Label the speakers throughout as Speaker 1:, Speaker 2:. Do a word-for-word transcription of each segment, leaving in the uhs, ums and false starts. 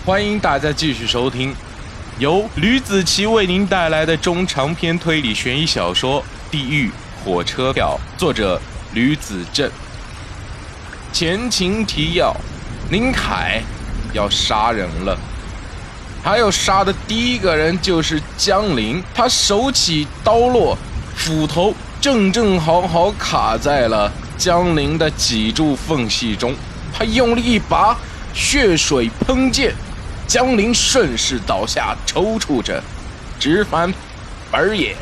Speaker 1: 欢迎大家继续收听由吕子奇为您带来的中长篇推理悬疑小说《地狱火车票》，作者吕子正。前情提要：林凯要杀人了，他要杀的第一个人就是江林。他手起刀落，斧头正正好好卡在了江林的脊柱缝隙中，他用力一拔，血水喷溅，江林顺势倒下，抽搐着，直翻白眼。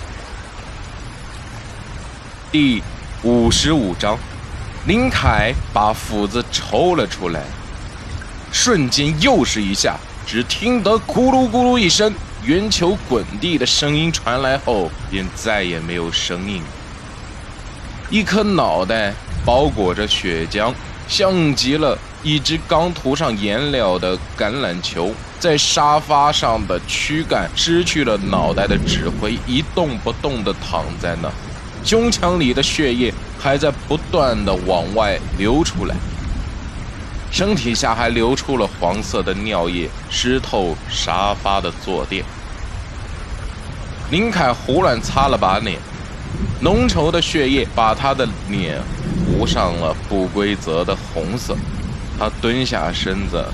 Speaker 1: 第五十五章，林凯把斧子抽了出来，瞬间又是一下，只听得咕噜咕噜一声，圆球滚地的声音传来后，便再也没有声音。一颗脑袋包裹着血浆，像极了一只刚涂上颜料的橄榄球，在沙发上的躯干失去了脑袋的指挥，一动不动地躺在那，胸腔里的血液还在不断地往外流出来，身体下还流出了黄色的尿液，湿透沙发的坐垫。林凯胡乱擦了把脸，浓稠的血液把他的脸糊上了不规则的红色。他蹲下身子，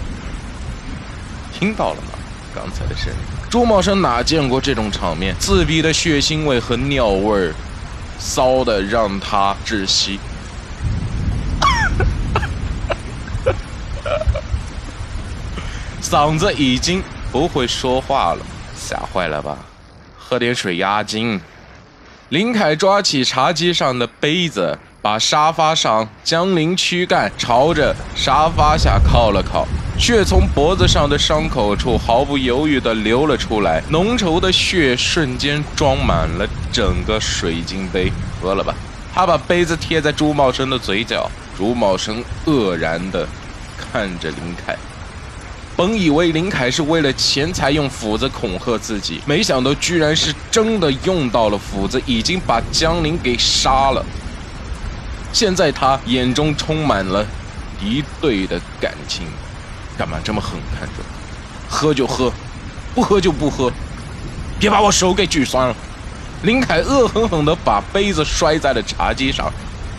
Speaker 1: 听到了吗？刚才的声音。朱茂生哪见过这种场面？刺鼻的血腥味和尿味骚得让他窒息。嗓子已经不会说话了，吓坏了吧？喝点水压惊。林凯抓起茶几上的杯子，把沙发上江林躯干朝着沙发下靠了靠，血从脖子上的伤口处毫不犹豫地流了出来，浓稠的血瞬间装满了整个水晶杯。喝了吧。他把杯子贴在朱茂生的嘴角，朱茂生愕然地看着林凯。本以为林凯是为了钱才用斧子恐吓自己，没想到居然是真的用到了斧子，已经把江林给杀了。现在他眼中充满了敌对的感情，干嘛这么狠看着？喝就喝，不喝就不喝，别把我手给锯酸了。林凯恶狠狠地把杯子摔在了茶几上。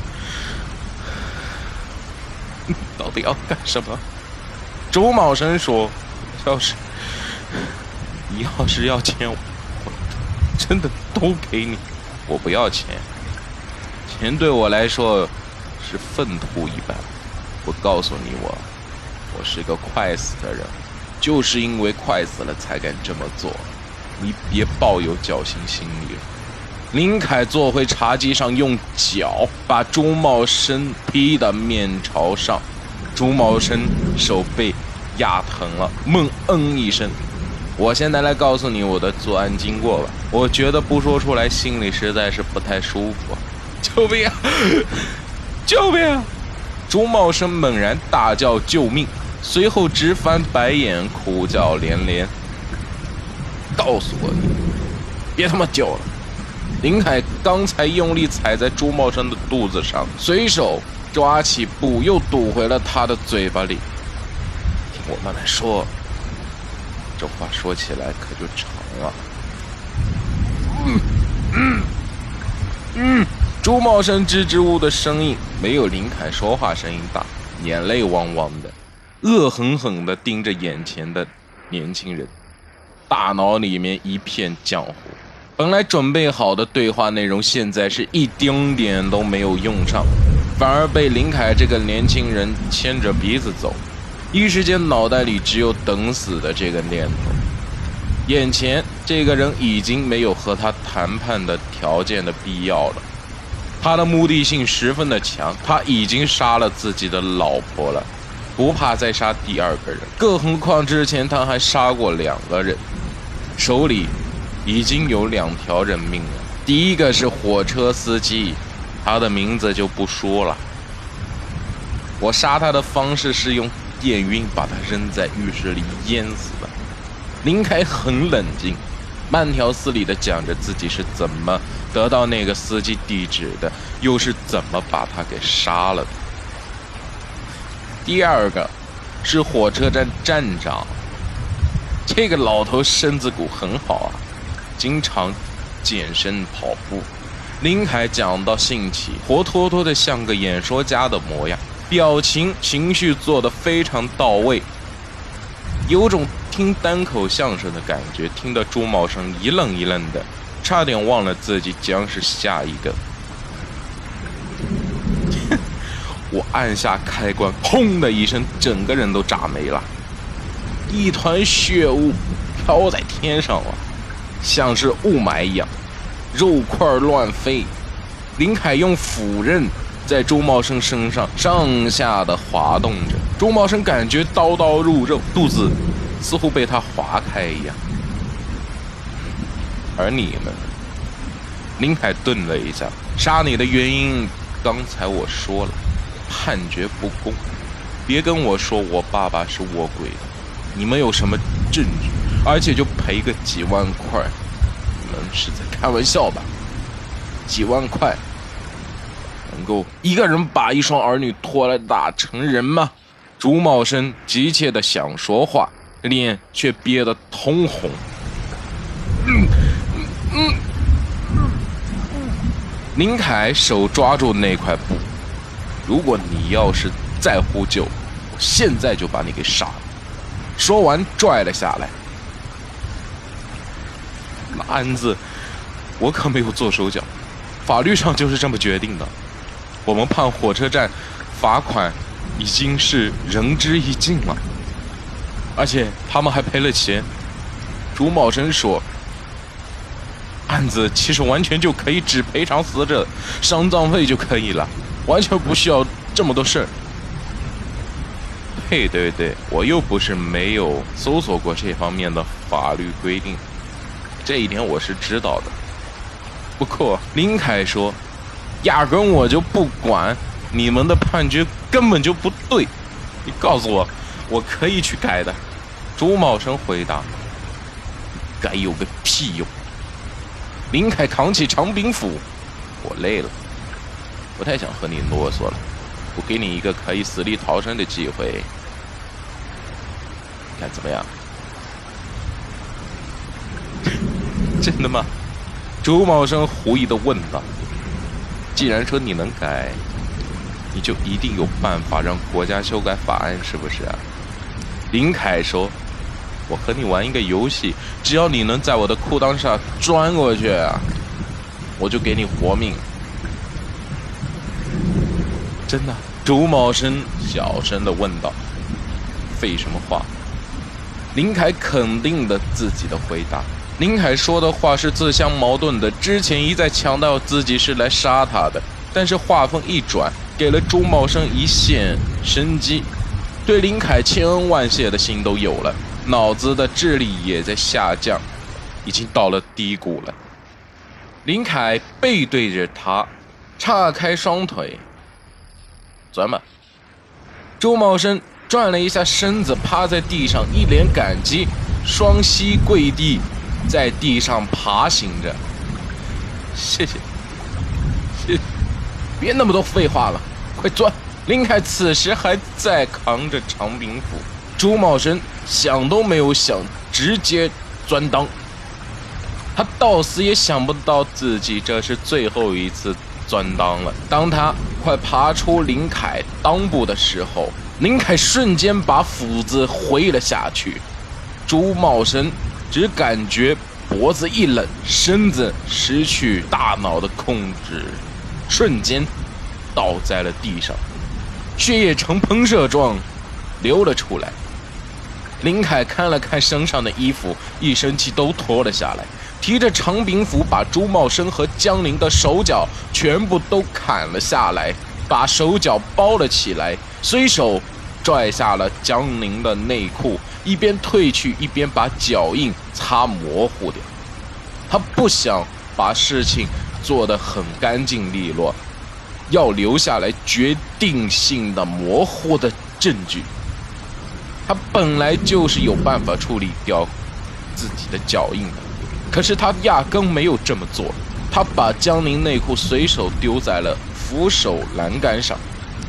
Speaker 1: 你到底要干什么？周茂生说：“要是你要是要钱，我真的都给你。我不要钱，钱对我来说是粪土一般。我告诉你我，我是个快死的人，就是因为快死了才敢这么做。你别抱有侥幸心理了。”林凯坐回茶几上，用脚把朱茂生劈得面朝上。朱茂生手被压疼了，猛嗯一声。我现在来告诉你我的作案经过吧，我觉得不说出来心里实在是不太舒服。救命啊！救命啊！朱茂生猛然大叫救命，随后直翻白眼，哭叫连连。告诉我你，别他妈叫了！林凯刚才用力踩在朱茂生的肚子上，随手抓起布又堵回了他的嘴巴里。听我慢慢说，这话说起来可就长了。嗯嗯嗯，朱茂生支支吾的声音没有林凯说话声音大，眼泪汪汪的，恶狠狠地盯着眼前的年轻人，大脑里面一片浆糊。本来准备好的对话内容，现在是一丁点都没有用上，反而被林凯这个年轻人牵着鼻子走。一时间脑袋里只有等死的这个念头。眼前这个人已经没有和他谈判的条件的必要了，他的目的性十分的强，他已经杀了自己的老婆了，不怕再杀第二个人，更何况之前他还杀过两个人，手里已经有两条人命了。第一个是火车司机，他的名字就不说了。我杀他的方式是用电晕把他扔在浴室里淹死的。林凯很冷静，慢条斯理地讲着自己是怎么得到那个司机地址的，又是怎么把他给杀了的。第二个是火车站站长。这个老头身子骨很好啊，经常健身跑步。林凯讲到兴起，活脱脱的像个演说家的模样，表情情绪做得非常到位，有种听单口相声的感觉，听得朱茂生一愣一愣的，差点忘了自己将是下一个。我按下开关，轰的一声，整个人都炸没了，一团血雾飘在天上了，像是雾霾一样，肉块乱飞。林凯用斧刃在朱茂生身上上下的滑动着，朱茂生感觉刀刀入肉，肚子似乎被他划开一样。而你们，林凯顿了一下，杀你的原因刚才我说了，判决不公，别跟我说我爸爸是卧轨的，你们有什么证据？而且就赔个几万块，你们是在开玩笑吧？几万块能够一个人把一双儿女拖来打成人吗？朱茂生急切的想说话，脸却憋得通红。嗯嗯嗯林凯手抓住那块布，如果你要是再呼救，我现在就把你给杀了。说完拽了下来。那案子我可没有做手脚，法律上就是这么决定的。我们判火车站罚款已经是仁至义尽了，而且他们还赔了钱。朱茂生说，案子其实完全就可以只赔偿死者丧葬费就可以了，完全不需要这么多事儿。对对对，我又不是没有搜索过这方面的法律规定，这一点我是知道的。不过林凯说，压根我就不管，你们的判决根本就不对，你告诉我，我可以去改的。朱茂生回答，改有个屁用。林凯扛起长柄斧，我累了，不太想和你啰嗦了，我给你一个可以死里逃生的机会，看怎么样？真的吗？朱茂生狐疑地问道。既然说你能改，你就一定有办法让国家修改法案，是不是啊？林凯说，我和你玩一个游戏，只要你能在我的裤裆上钻过去啊，我就给你活命。真的？朱茂生小声地问道。废什么话？林凯肯定的自己的回答。林凯说的话是自相矛盾的，之前一再强调自己是来杀他的，但是话锋一转，给了朱茂生一线生机，对林凯千恩万谢的心都有了，脑子的智力也在下降，已经到了低谷了。林凯背对着他，岔开双腿，钻吧。朱茂生转了一下身子，趴在地上，一脸感激，双膝跪地，在地上爬行着。谢谢，谢谢，别那么多废话了，快钻！林凯此时还在扛着长柄斧，朱茂生想都没有想，直接钻裆。他到死也想不到自己这是最后一次钻裆了。当他快爬出林凯裆部的时候，林凯瞬间把斧子挥了下去，朱茂生只感觉脖子一冷，身子失去大脑的控制，瞬间倒在了地上，血液呈喷射状流了出来。林凯看了看身上的衣服，一身气都脱了下来，提着长柄斧把朱茂生和江宁的手脚全部都砍了下来，把手脚包了起来，随手拽下了江宁的内裤，一边褪去一边把脚印擦模糊掉。他不想把事情做得很干净利落，要留下来决定性的模糊的证据。他本来就是有办法处理掉自己的脚印的，可是他压根没有这么做。他把江宁内裤随手丢在了扶手栏杆上，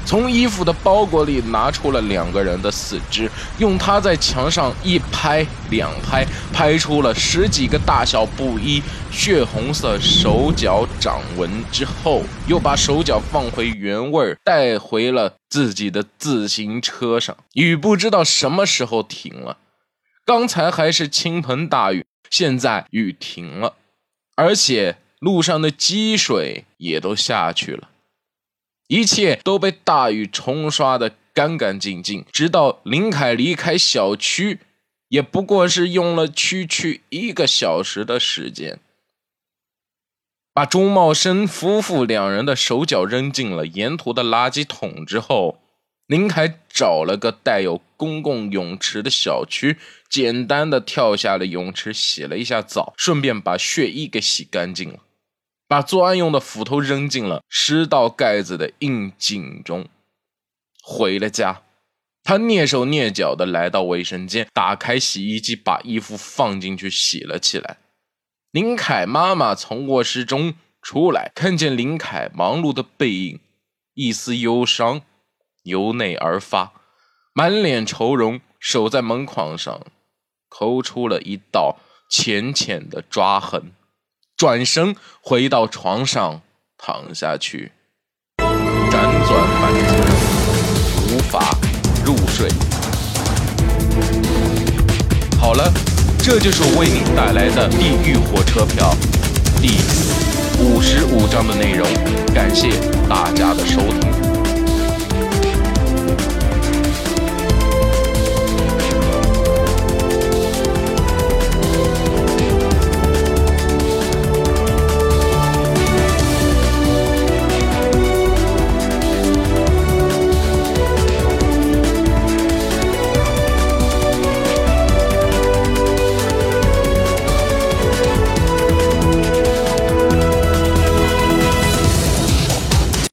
Speaker 1: 从衣服的包裹里拿出了两个人的四肢，用它在墙上一拍两拍，拍出了十几个大小不一、血红色手脚掌纹之后，又把手脚放回原位，带回了自己的自行车上。雨不知道什么时候停了，刚才还是倾盆大雨，现在雨停了，而且路上的积水也都下去了。一切都被大雨冲刷得干干净净，直到林凯离开小区，也不过是用了区区一个小时的时间。把钟茂生夫妇两人的手脚扔进了沿途的垃圾桶之后，林凯找了个带有公共泳池的小区，简单的跳下了泳池，洗了一下澡，顺便把血衣给洗干净了。把作案用的斧头扔进了湿到盖子的硬井中。回了家，他蹑手蹑脚地来到卫生间，打开洗衣机，把衣服放进去洗了起来。林凯妈妈从卧室中出来，看见林凯忙碌的背影，一丝忧伤由内而发，满脸愁容，手在门框上抠出了一道浅浅的抓痕，转身回到床上躺下去，辗转反侧，无法入睡。好了，这就是我为你带来的《地狱火车票》第五十五章的内容，感谢大家的收听。